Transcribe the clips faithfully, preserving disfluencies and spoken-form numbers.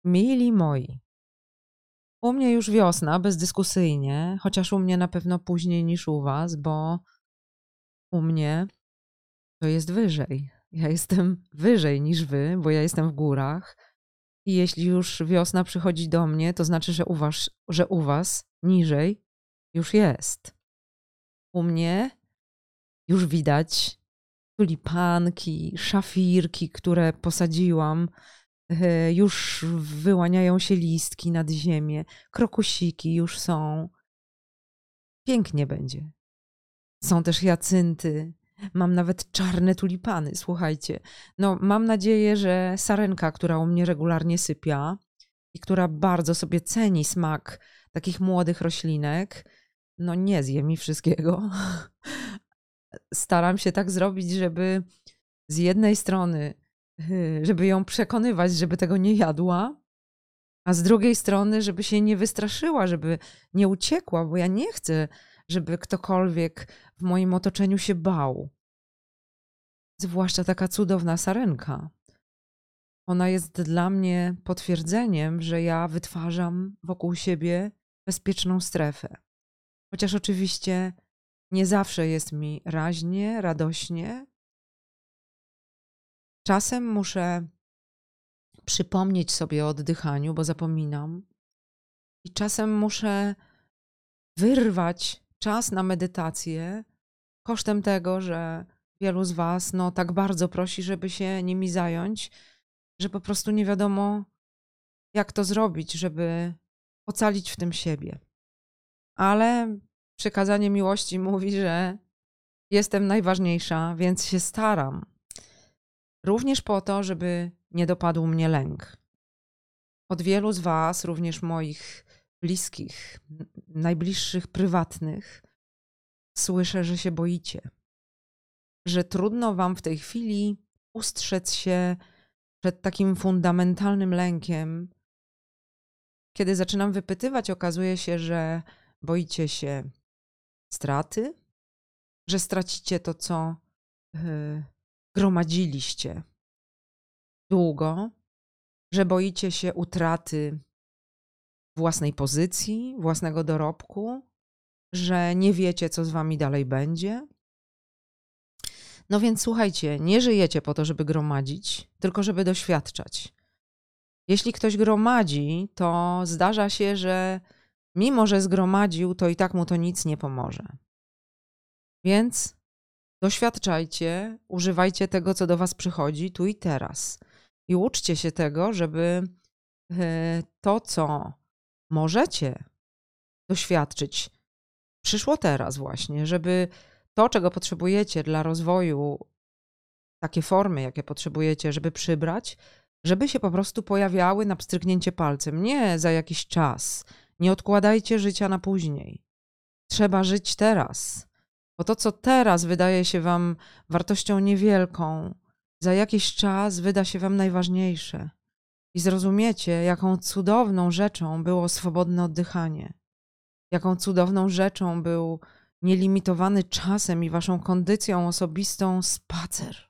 Mili moi, u mnie już wiosna, bezdyskusyjnie, chociaż u mnie na pewno później niż u was, bo u mnie to jest wyżej. Ja jestem wyżej niż wy, bo ja jestem w górach i jeśli już wiosna przychodzi do mnie, to znaczy, że u was, że u was niżej już jest. U mnie już widać tulipanki, szafirki, które posadziłam. Już wyłaniają się listki nad ziemię, krokusiki już są. Pięknie będzie. Są też jacynty. Mam nawet czarne tulipany, słuchajcie. No, mam nadzieję, że sarenka, która u mnie regularnie sypia i która bardzo sobie ceni smak takich młodych roślinek, no nie zje mi wszystkiego. Staram się tak zrobić, żeby z jednej strony, żeby ją przekonywać, żeby tego nie jadła, a z drugiej strony, żeby się nie wystraszyła, żeby nie uciekła, bo ja nie chcę, żeby ktokolwiek w moim otoczeniu się bał. Zwłaszcza taka cudowna sarenka. Ona jest dla mnie potwierdzeniem, że ja wytwarzam wokół siebie bezpieczną strefę. Chociaż oczywiście nie zawsze jest mi raźnie, radośnie. Czasem muszę przypomnieć sobie o oddychaniu, bo zapominam. I czasem muszę wyrwać czas na medytację kosztem tego, że wielu z was no, tak bardzo prosi, żeby się nimi zająć, że po prostu nie wiadomo, jak to zrobić, żeby ocalić w tym siebie. Ale przykazanie miłości mówi, że jestem najważniejsza, więc się staram. Również po to, żeby nie dopadł mnie lęk. Od wielu z was, również moich bliskich, najbliższych, prywatnych, słyszę, że się boicie. Że trudno wam w tej chwili ustrzec się przed takim fundamentalnym lękiem. Kiedy zaczynam wypytywać, okazuje się, że boicie się straty, że stracicie to, co yy, gromadziliście długo, że boicie się utraty własnej pozycji, własnego dorobku, że nie wiecie, co z wami dalej będzie. No więc słuchajcie, nie żyjecie po to, żeby gromadzić, tylko żeby doświadczać. Jeśli ktoś gromadzi, to zdarza się, że mimo, że zgromadził, to i tak mu to nic nie pomoże. Więc doświadczajcie, używajcie tego, co do was przychodzi tu i teraz. I uczcie się tego, żeby to, co możecie doświadczyć, przyszło teraz właśnie, żeby to, czego potrzebujecie dla rozwoju, takie formy, jakie potrzebujecie, żeby przybrać, żeby się po prostu pojawiały na pstryknięcie palcem. Nie za jakiś czas. Nie odkładajcie życia na później. Trzeba żyć teraz. Bo to, co teraz wydaje się wam wartością niewielką, za jakiś czas wyda się wam najważniejsze. I zrozumiecie, jaką cudowną rzeczą było swobodne oddychanie. Jaką cudowną rzeczą był nielimitowany czasem i waszą kondycją osobistą spacer.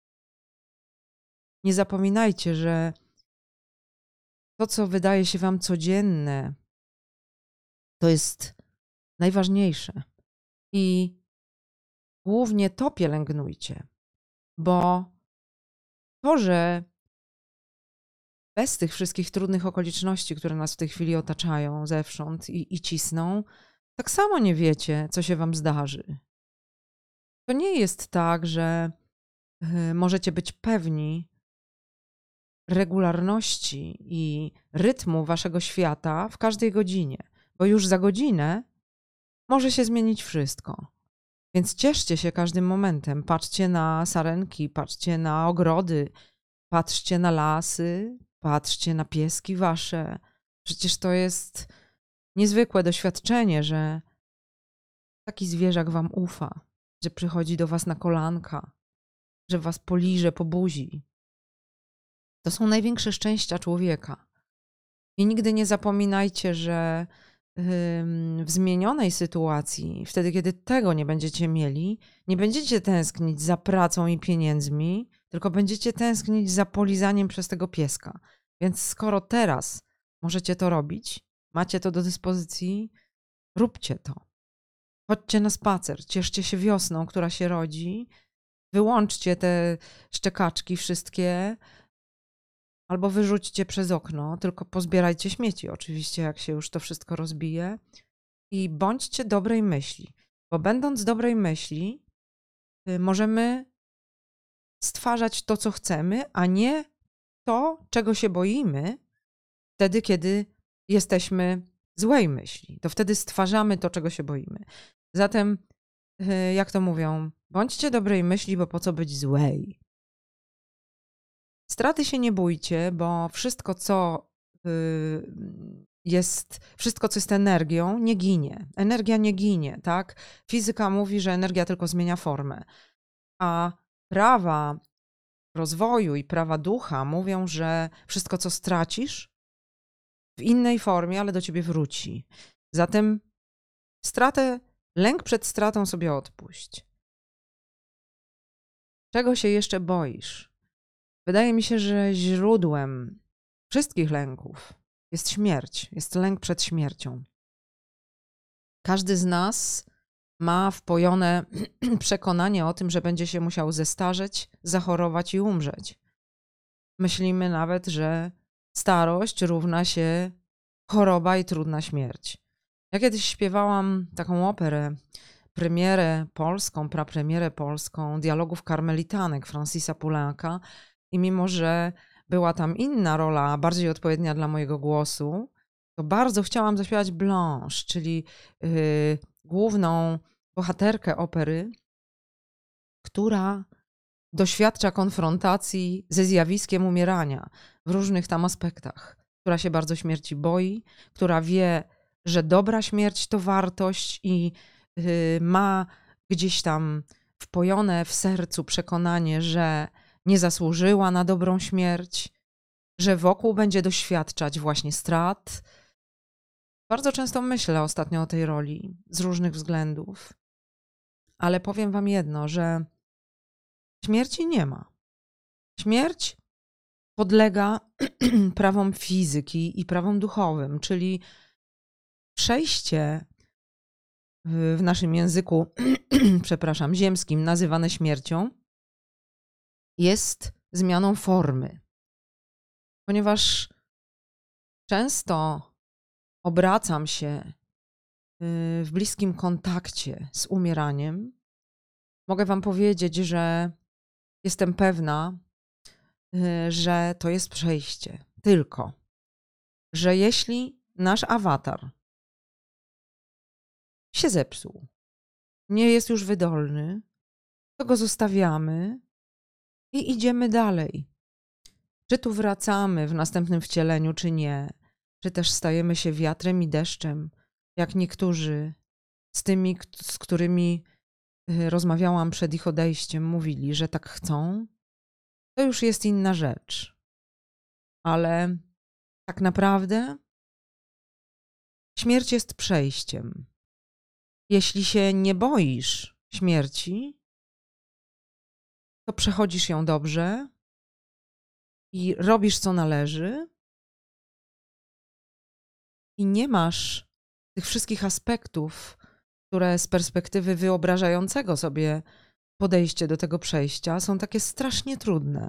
Nie zapominajcie, że to, co wydaje się wam codzienne, to jest najważniejsze. I głównie to pielęgnujcie, bo to, że bez tych wszystkich trudnych okoliczności, które nas w tej chwili otaczają zewsząd i, i cisną, tak samo nie wiecie, co się wam zdarzy. To nie jest tak, że y, możecie być pewni regularności i rytmu waszego świata w każdej godzinie, bo już za godzinę może się zmienić wszystko. Więc cieszcie się każdym momentem. Patrzcie na sarenki, patrzcie na ogrody, patrzcie na lasy, patrzcie na pieski wasze. Przecież to jest niezwykłe doświadczenie, że taki zwierzak wam ufa, że przychodzi do was na kolanka, że was poliże po buzi. To są największe szczęścia człowieka. I nigdy nie zapominajcie, że w zmienionej sytuacji, wtedy kiedy tego nie będziecie mieli, nie będziecie tęsknić za pracą i pieniędzmi, tylko będziecie tęsknić za polizaniem przez tego pieska. Więc skoro teraz możecie to robić, macie to do dyspozycji, róbcie to. Chodźcie na spacer, cieszcie się wiosną, która się rodzi, wyłączcie te szczekaczki wszystkie albo wyrzućcie przez okno, tylko pozbierajcie śmieci oczywiście, jak się już to wszystko rozbije i bądźcie dobrej myśli, bo będąc dobrej myśli możemy stwarzać to, co chcemy, a nie to, czego się boimy wtedy, kiedy jesteśmy złej myśli. To wtedy stwarzamy to, czego się boimy. Zatem, jak to mówią, bądźcie dobrej myśli, bo po co być złej? Straty się nie bójcie, bo wszystko, co jest, wszystko, co jest energią, nie ginie. Energia nie ginie, tak? Fizyka mówi, że energia tylko zmienia formę. A prawa rozwoju i prawa ducha mówią, że wszystko, co stracisz, w innej formie, ale do ciebie wróci. Zatem stratę, lęk przed stratą sobie odpuść. Czego się jeszcze boisz? Wydaje mi się, że źródłem wszystkich lęków jest śmierć, jest lęk przed śmiercią. Każdy z nas ma wpojone przekonanie o tym, że będzie się musiał zestarzeć, zachorować i umrzeć. Myślimy nawet, że starość równa się choroba i trudna śmierć. Ja kiedyś śpiewałam taką operę, premierę polską, prapremierę polską dialogów karmelitanek Francisa Poulenc'a i mimo, że była tam inna rola, bardziej odpowiednia dla mojego głosu, to bardzo chciałam zaśpiewać Blanche, czyli yy, główną bohaterkę opery, która doświadcza konfrontacji ze zjawiskiem umierania w różnych tam aspektach, która się bardzo śmierci boi, która wie, że dobra śmierć to wartość i yy, ma gdzieś tam wpojone w sercu przekonanie, że nie zasłużyła na dobrą śmierć, że wokół będzie doświadczać właśnie strat. Bardzo często myślę ostatnio o tej roli z różnych względów, ale powiem wam jedno, że śmierci nie ma. Śmierć podlega prawom fizyki i prawom duchowym, czyli przejście w naszym języku, przepraszam, ziemskim nazywane śmiercią jest zmianą formy. Ponieważ często obracam się w bliskim kontakcie z umieraniem, mogę wam powiedzieć, że jestem pewna, że to jest przejście. Tylko, że jeśli nasz awatar się zepsuł, nie jest już wydolny, to go zostawiamy i idziemy dalej. Czy tu wracamy w następnym wcieleniu, czy nie, czy też stajemy się wiatrem i deszczem, jak niektórzy z tymi, z którymi rozmawiałam przed ich odejściem, mówili, że tak chcą, to już jest inna rzecz. Ale tak naprawdę śmierć jest przejściem. Jeśli się nie boisz śmierci, to przechodzisz ją dobrze i robisz, co należy i nie masz tych wszystkich aspektów, które z perspektywy wyobrażającego sobie podejście do tego przejścia są takie strasznie trudne.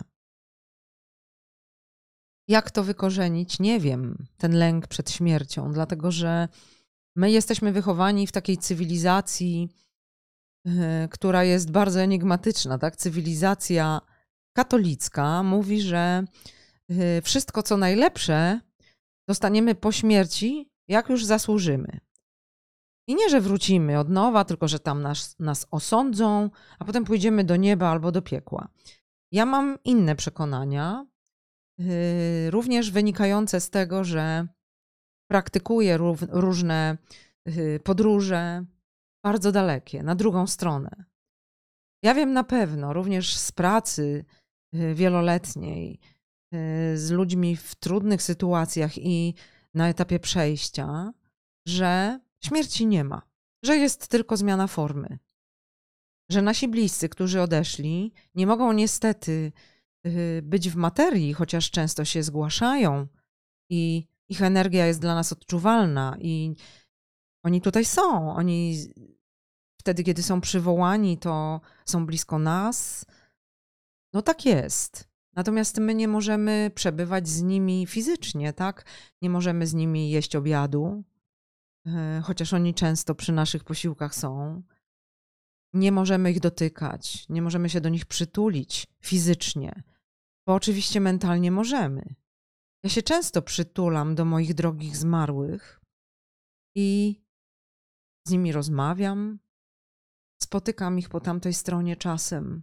Jak to wykorzenić? Nie wiem, ten lęk przed śmiercią, dlatego że my jesteśmy wychowani w takiej cywilizacji, yy, która jest bardzo enigmatyczna, tak? Cywilizacja katolicka mówi, że yy, wszystko, co najlepsze, dostaniemy po śmierci, jak już zasłużymy. I nie, że wrócimy od nowa, tylko że tam nas, nas osądzą, a potem pójdziemy do nieba albo do piekła. Ja mam inne przekonania, yy, również wynikające z tego, że praktykuję rów, różne yy, podróże bardzo dalekie, na drugą stronę. Ja wiem na pewno, również z pracy yy, wieloletniej, yy, z ludźmi w trudnych sytuacjach i na etapie przejścia, że śmierci nie ma, że jest tylko zmiana formy. Że nasi bliscy, którzy odeszli, nie mogą niestety y, być w materii, chociaż często się zgłaszają i ich energia jest dla nas odczuwalna i oni tutaj są. Oni wtedy, kiedy są przywołani, to są blisko nas. No tak jest. Natomiast my nie możemy przebywać z nimi fizycznie, tak? Nie możemy z nimi jeść obiadu, e, chociaż oni często przy naszych posiłkach są. Nie możemy ich dotykać, nie możemy się do nich przytulić fizycznie, bo oczywiście mentalnie możemy. Ja się często przytulam do moich drogich zmarłych i z nimi rozmawiam, spotykam ich po tamtej stronie czasem.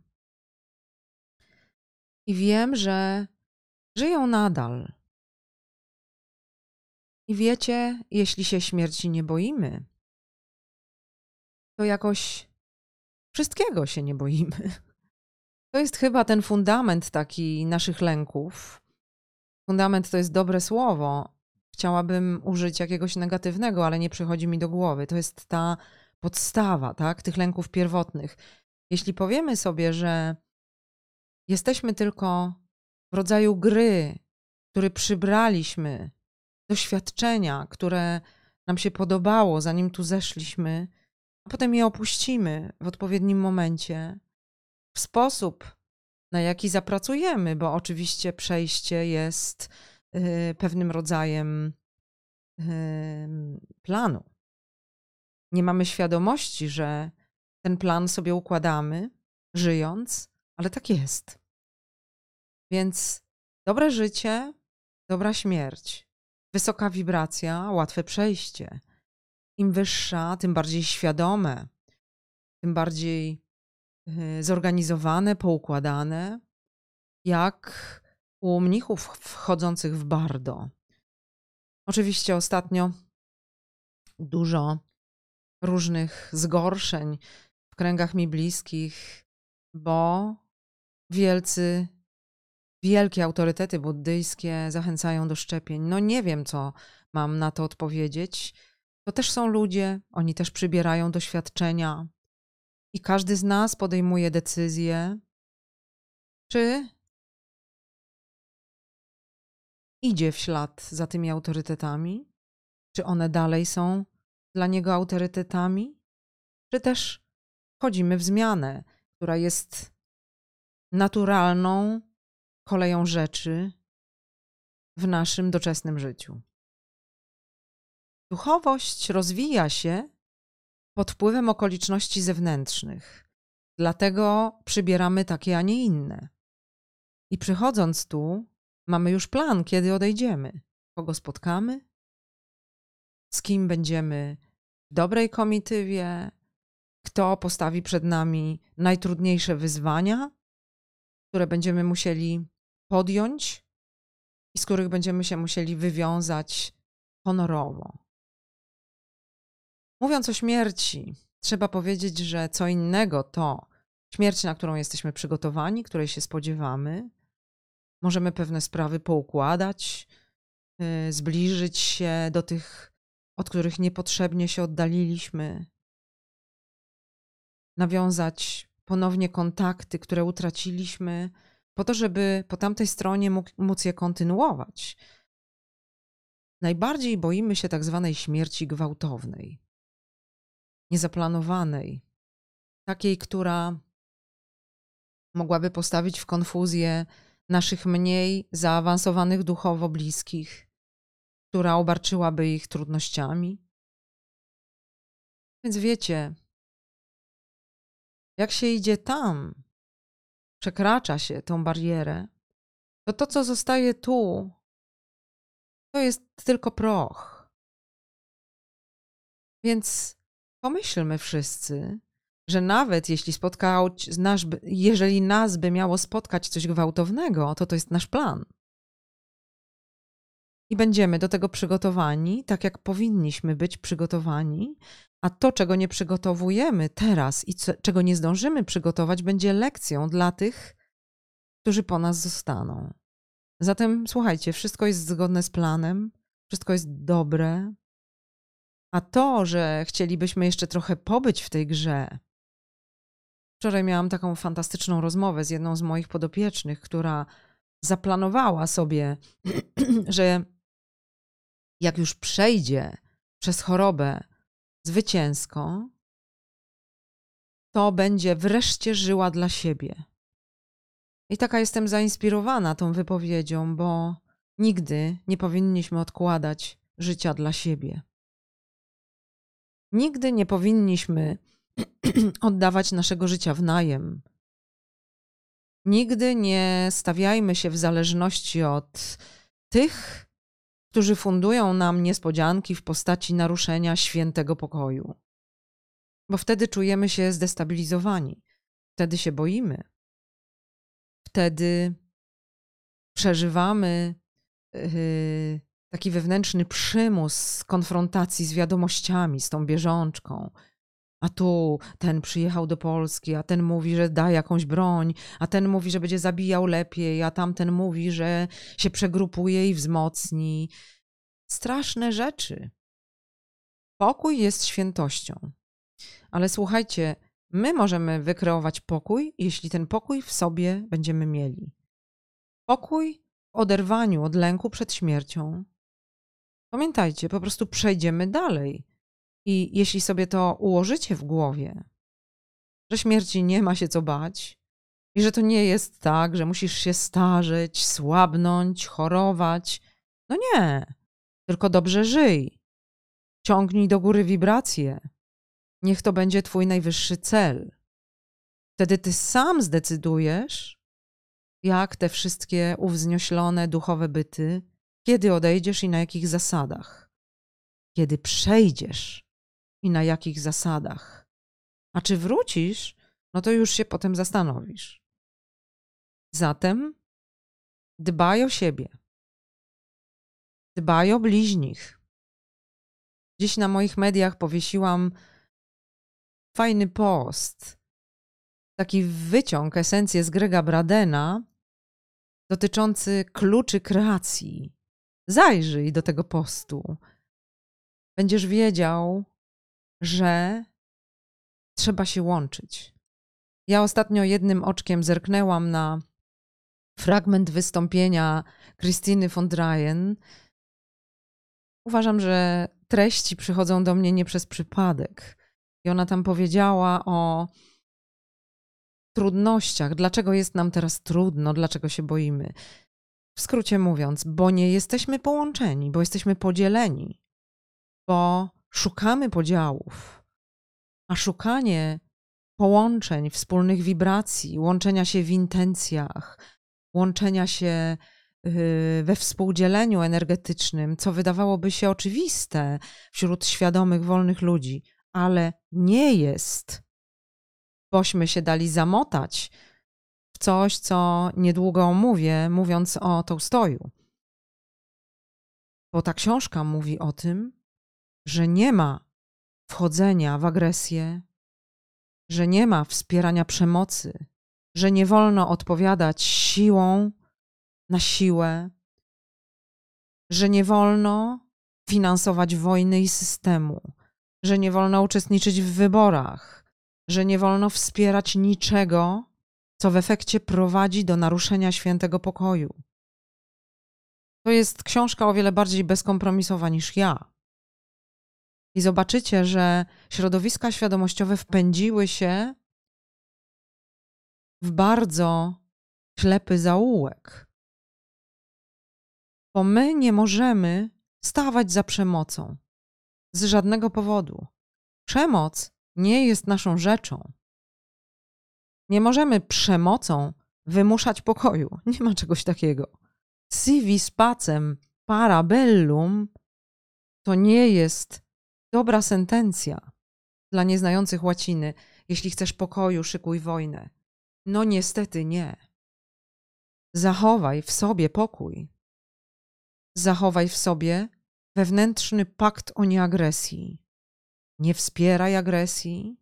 I wiem, że żyją nadal. I wiecie, jeśli się śmierci nie boimy, to jakoś wszystkiego się nie boimy. To jest chyba ten fundament taki naszych lęków. Fundament to jest dobre słowo. Chciałabym użyć jakiegoś negatywnego, ale nie przychodzi mi do głowy. To jest ta podstawa, tak, tych lęków pierwotnych. Jeśli powiemy sobie, że jesteśmy tylko w rodzaju gry, który przybraliśmy, doświadczenia, które nam się podobało, zanim tu zeszliśmy, a potem je opuścimy w odpowiednim momencie, w sposób, na jaki zapracujemy, bo oczywiście przejście jest y, pewnym rodzajem y, planu. Nie mamy świadomości, że ten plan sobie układamy, żyjąc, ale tak jest. Więc dobre życie, dobra śmierć, wysoka wibracja, łatwe przejście. Im wyższa, tym bardziej świadome, tym bardziej y, zorganizowane, poukładane, jak u mnichów wchodzących w bardo. Oczywiście ostatnio dużo różnych zgorszeń w kręgach mi bliskich, bo wielcy, wielkie autorytety buddyjskie zachęcają do szczepień. No nie wiem, co mam na to odpowiedzieć. To też są ludzie, oni też przybierają doświadczenia i każdy z nas podejmuje decyzję, czy idzie w ślad za tymi autorytetami, czy one dalej są dla niego autorytetami, czy też wchodzimy w zmianę, która jest naturalną koleją rzeczy w naszym doczesnym życiu. Duchowość rozwija się pod wpływem okoliczności zewnętrznych, dlatego przybieramy takie, a nie inne. I przychodząc tu, mamy już plan, kiedy odejdziemy, kogo spotkamy, z kim będziemy w dobrej komitywie, kto postawi przed nami najtrudniejsze wyzwania, które będziemy musieli podjąć i z których będziemy się musieli wywiązać honorowo. Mówiąc o śmierci, trzeba powiedzieć, że co innego to śmierć, na którą jesteśmy przygotowani, której się spodziewamy. Możemy pewne sprawy poukładać, yy, zbliżyć się do tych, od których niepotrzebnie się oddaliliśmy, nawiązać ponownie kontakty, które utraciliśmy, po to, żeby po tamtej stronie móc je kontynuować. Najbardziej boimy się tak zwanej śmierci gwałtownej, niezaplanowanej, takiej, która mogłaby postawić w konfuzję naszych mniej zaawansowanych duchowo bliskich, która obarczyłaby ich trudnościami. Więc wiecie, jak się idzie tam, przekracza się tą barierę, to to, co zostaje tu, to jest tylko proch. Więc pomyślmy wszyscy, że nawet jeśli spotkał nasz, jeżeli nas by miało spotkać coś gwałtownego, to to jest nasz plan. I będziemy do tego przygotowani, tak jak powinniśmy być przygotowani, a to, czego nie przygotowujemy teraz i co, czego nie zdążymy przygotować, będzie lekcją dla tych, którzy po nas zostaną. Zatem słuchajcie, wszystko jest zgodne z planem, wszystko jest dobre, a to, że chcielibyśmy jeszcze trochę pobyć w tej grze, Wczoraj miałam taką fantastyczną rozmowę z jedną z moich podopiecznych, która zaplanowała sobie, że jak już przejdzie przez chorobę zwycięsko, to będzie wreszcie żyła dla siebie. I taka jestem zainspirowana tą wypowiedzią, bo nigdy nie powinniśmy odkładać życia dla siebie. Nigdy nie powinniśmy oddawać naszego życia w najem. Nigdy nie stawiajmy się w zależności od tych, którzy fundują nam niespodzianki w postaci naruszenia świętego pokoju. Bo wtedy czujemy się zdestabilizowani, wtedy się boimy, wtedy przeżywamy yy, taki wewnętrzny przymus konfrontacji z wiadomościami, z tą bieżączką. A tu ten przyjechał do Polski, a ten mówi, że da jakąś broń, a ten mówi, że będzie zabijał lepiej, a tamten mówi, że się przegrupuje i wzmocni. Straszne rzeczy. Pokój jest świętością. Ale słuchajcie, my możemy wykreować pokój, jeśli ten pokój w sobie będziemy mieli. Pokój w oderwaniu od lęku przed śmiercią. Pamiętajcie, po prostu przejdziemy dalej. I jeśli sobie to ułożycie w głowie, że śmierci nie ma się co bać i że to nie jest tak, że musisz się starzeć, słabnąć, chorować. No nie, tylko dobrze żyj. Ciągnij do góry wibracje. Niech to będzie twój najwyższy cel. Wtedy ty sam zdecydujesz, jak te wszystkie uwznioślone duchowe byty, kiedy odejdziesz i na jakich zasadach. Kiedy przejdziesz i na jakich zasadach. A czy wrócisz, no to już się potem zastanowisz. Zatem dbaj o siebie. Dbaj o bliźnich. Dziś na moich mediach powiesiłam fajny post, taki wyciąg, esencję z Grega Bradena dotyczący kluczy kreacji. Zajrzyj do tego postu. Będziesz wiedział, że trzeba się łączyć. Ja ostatnio jednym oczkiem zerknęłam na fragment wystąpienia Christiny von Dreyen. Uważam, że treści przychodzą do mnie nie przez przypadek. I ona tam powiedziała o trudnościach, dlaczego jest nam teraz trudno, dlaczego się boimy. W skrócie mówiąc, bo nie jesteśmy połączeni, bo jesteśmy podzieleni, bo szukamy podziałów, a szukanie połączeń, wspólnych wibracji, łączenia się w intencjach, łączenia się we współdzieleniu energetycznym, co wydawałoby się oczywiste wśród świadomych, wolnych ludzi, ale nie jest, bośmy się dali zamotać w coś, co niedługo omówię, mówiąc o Tolstoju. Bo ta książka mówi o tym, że nie ma wchodzenia w agresję, że nie ma wspierania przemocy, że nie wolno odpowiadać siłą na siłę, że nie wolno finansować wojny i systemu, że nie wolno uczestniczyć w wyborach, że nie wolno wspierać niczego, co w efekcie prowadzi do naruszenia świętego pokoju. To jest książka o wiele bardziej bezkompromisowa niż ja. I zobaczycie, że środowiska świadomościowe wpędziły się w bardzo ślepy zaułek. Bo my nie możemy stawać za przemocą z żadnego powodu. Przemoc nie jest naszą rzeczą. Nie możemy przemocą wymuszać pokoju. Nie ma czegoś takiego. Si vis pacem para bellum to nie jest dobra sentencja dla nieznających łaciny. Jeśli chcesz pokoju, szykuj wojnę. No niestety nie. Zachowaj w sobie pokój. Zachowaj w sobie wewnętrzny pakt o nieagresji. Nie wspieraj agresji.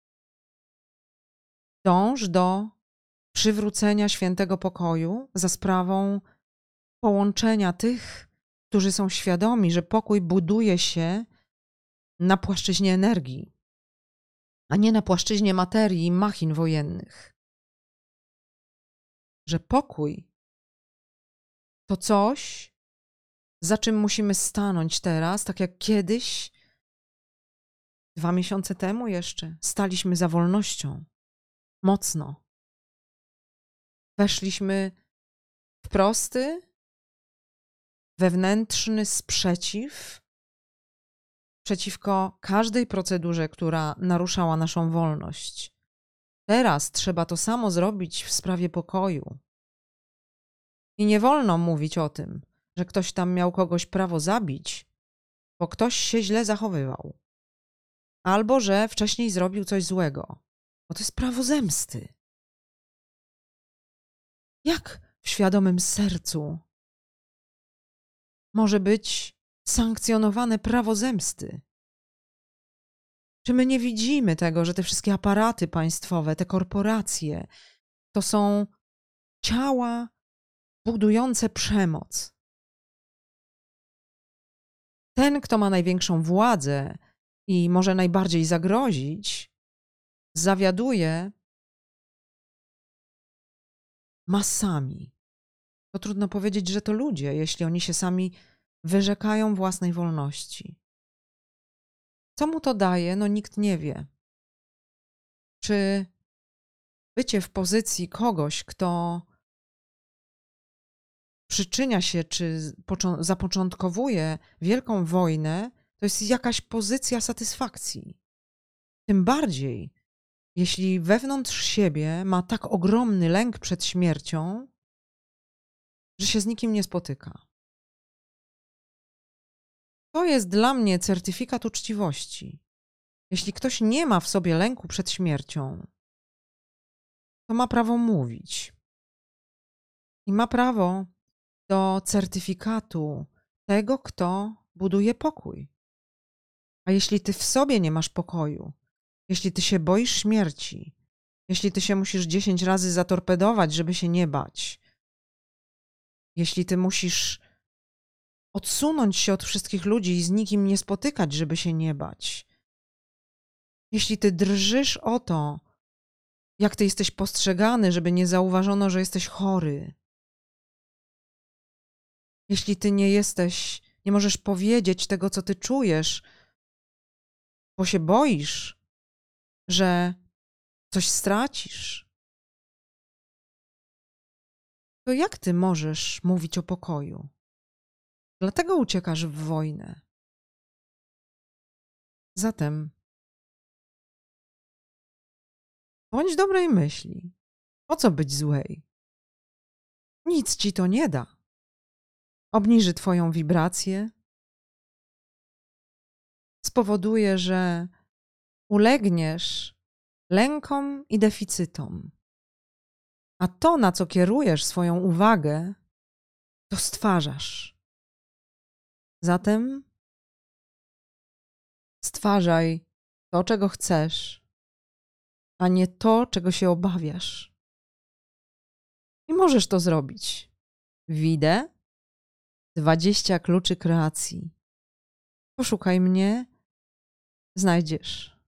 Dąż do przywrócenia świętego pokoju za sprawą połączenia tych, którzy są świadomi, że pokój buduje się na płaszczyźnie energii. a nie na płaszczyźnie materii i machin wojennych. Że pokój to coś, za czym musimy stanąć teraz, tak jak kiedyś, dwa miesiące temu jeszcze, staliśmy za wolnością. Mocno. Weszliśmy w prosty, wewnętrzny sprzeciw przeciwko każdej procedurze, która naruszała naszą wolność. Teraz trzeba to samo zrobić w sprawie pokoju. I nie wolno mówić o tym, że ktoś tam miał kogoś prawo zabić, bo ktoś się źle zachowywał. Albo że wcześniej zrobił coś złego, bo to jest prawo zemsty. Jak w świadomym sercu może być sankcjonowane prawo zemsty? Czy my nie widzimy tego, że te wszystkie aparaty państwowe, te korporacje, to są ciała budujące przemoc? Ten, kto ma największą władzę i może najbardziej zagrozić, zawiaduje masami. To trudno powiedzieć, że to ludzie, jeśli oni się sami wyrzekają własnej wolności. Co mu to daje? No nikt nie wie. Czy bycie w pozycji kogoś, kto przyczynia się, czy zapoczątkowuje wielką wojnę, to jest jakaś pozycja satysfakcji. Tym bardziej, jeśli wewnątrz siebie ma tak ogromny lęk przed śmiercią, że się z nikim nie spotyka. To jest dla mnie certyfikat uczciwości. Jeśli ktoś nie ma w sobie lęku przed śmiercią, to ma prawo mówić. I ma prawo do certyfikatu tego, kto buduje pokój. A jeśli ty w sobie nie masz pokoju, jeśli ty się boisz śmierci, jeśli ty się musisz dziesięć razy zatorpedować, żeby się nie bać, jeśli ty musisz odsunąć się od wszystkich ludzi i z nikim nie spotykać, żeby się nie bać, jeśli ty drżysz o to, jak ty jesteś postrzegany, żeby nie zauważono, że jesteś chory, jeśli ty nie jesteś, nie możesz powiedzieć tego, co ty czujesz, bo się boisz, że coś stracisz, to jak ty możesz mówić o pokoju? Dlatego uciekasz w wojnę. Zatem bądź dobrej myśli. Po co być złej? Nic ci to nie da. Obniży twoją wibrację, spowoduje, że ulegniesz lękom i deficytom. A to, na co kierujesz swoją uwagę, to stwarzasz. Zatem stwarzaj to, czego chcesz, a nie to, czego się obawiasz. I możesz to zrobić. Widzę dwadzieścia kluczy kreacji. Poszukaj mnie, znajdziesz.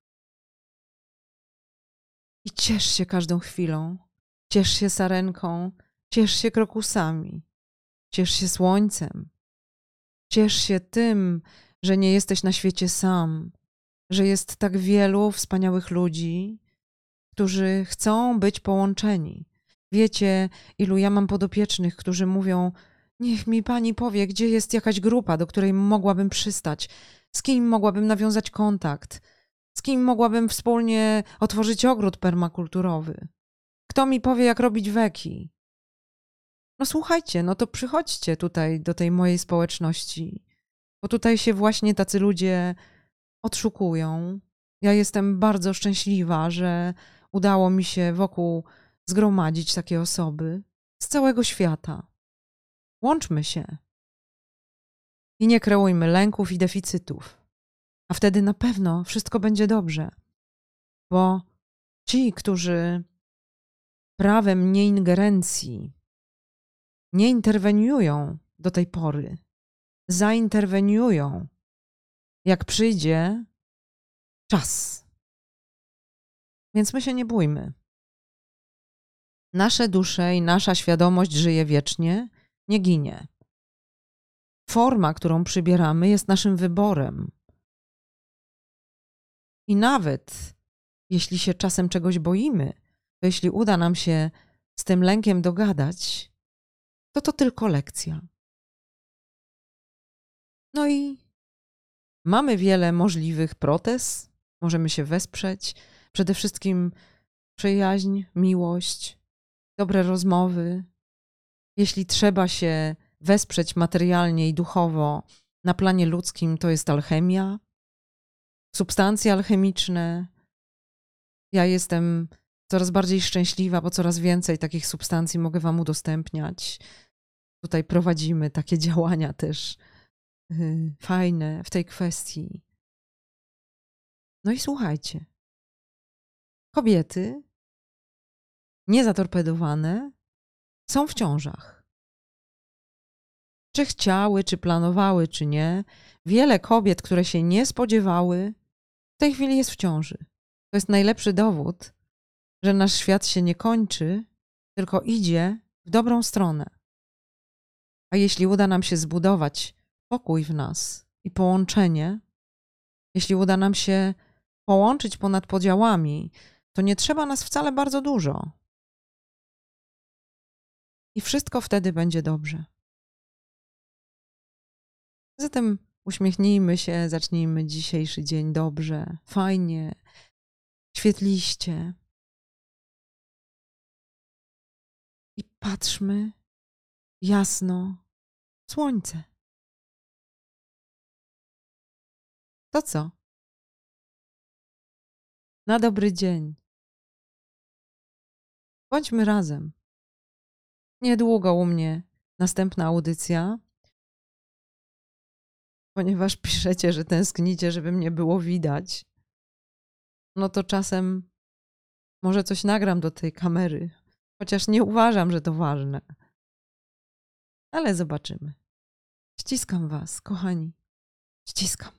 I ciesz się każdą chwilą. Ciesz się sarenką, ciesz się krokusami, ciesz się słońcem. Ciesz się tym, że nie jesteś na świecie sam, że jest tak wielu wspaniałych ludzi, którzy chcą być połączeni. Wiecie, ilu ja mam podopiecznych, którzy mówią: niech mi pani powie, gdzie jest jakaś grupa, do której mogłabym przystać, z kim mogłabym nawiązać kontakt, z kim mogłabym wspólnie otworzyć ogród permakulturowy. Kto mi powie, jak robić weki? No słuchajcie, no to przychodźcie tutaj do tej mojej społeczności, bo tutaj się właśnie tacy ludzie odszukują. Ja jestem bardzo szczęśliwa, że udało mi się wokół zgromadzić takie osoby z całego świata. Łączmy się i nie kreujmy lęków i deficytów, a wtedy na pewno wszystko będzie dobrze, bo ci, którzy prawem nieingerencji nie interweniują do tej pory, zainterweniują, jak przyjdzie czas. Więc my się nie bójmy. Nasze dusze i nasza świadomość żyje wiecznie, nie ginie. Forma, którą przybieramy, jest naszym wyborem. I nawet jeśli się czasem czegoś boimy, to jeśli uda nam się z tym lękiem dogadać, to to tylko lekcja. No i mamy wiele możliwych protez, możemy się wesprzeć. Przede wszystkim przyjaźń, miłość, dobre rozmowy. Jeśli trzeba się wesprzeć materialnie i duchowo na planie ludzkim, to jest alchemia, substancje alchemiczne. Ja jestem coraz bardziej szczęśliwa, bo coraz więcej takich substancji mogę wam udostępniać. Tutaj prowadzimy takie działania też yy, fajne w tej kwestii. No i słuchajcie. Kobiety niezatorpedowane są w ciążach. Czy chciały, czy planowały, czy nie. Wiele kobiet, które się nie spodziewały, w tej chwili jest w ciąży. To jest najlepszy dowód, że nasz świat się nie kończy, tylko idzie w dobrą stronę. A jeśli uda nam się zbudować pokój w nas i połączenie, jeśli uda nam się połączyć ponad podziałami, to nie trzeba nas wcale bardzo dużo. I wszystko wtedy będzie dobrze. Zatem uśmiechnijmy się, zacznijmy dzisiejszy dzień dobrze, fajnie, świetliście. I patrzmy jasno w słońce. To co? Na dobry dzień. Bądźmy razem. Niedługo u mnie następna audycja, ponieważ piszecie, że tęsknicie, żeby mnie było widać. No to czasem może coś nagram do tej kamery, chociaż nie uważam, że to ważne. Ale zobaczymy. Ściskam was, kochani. Ściskam.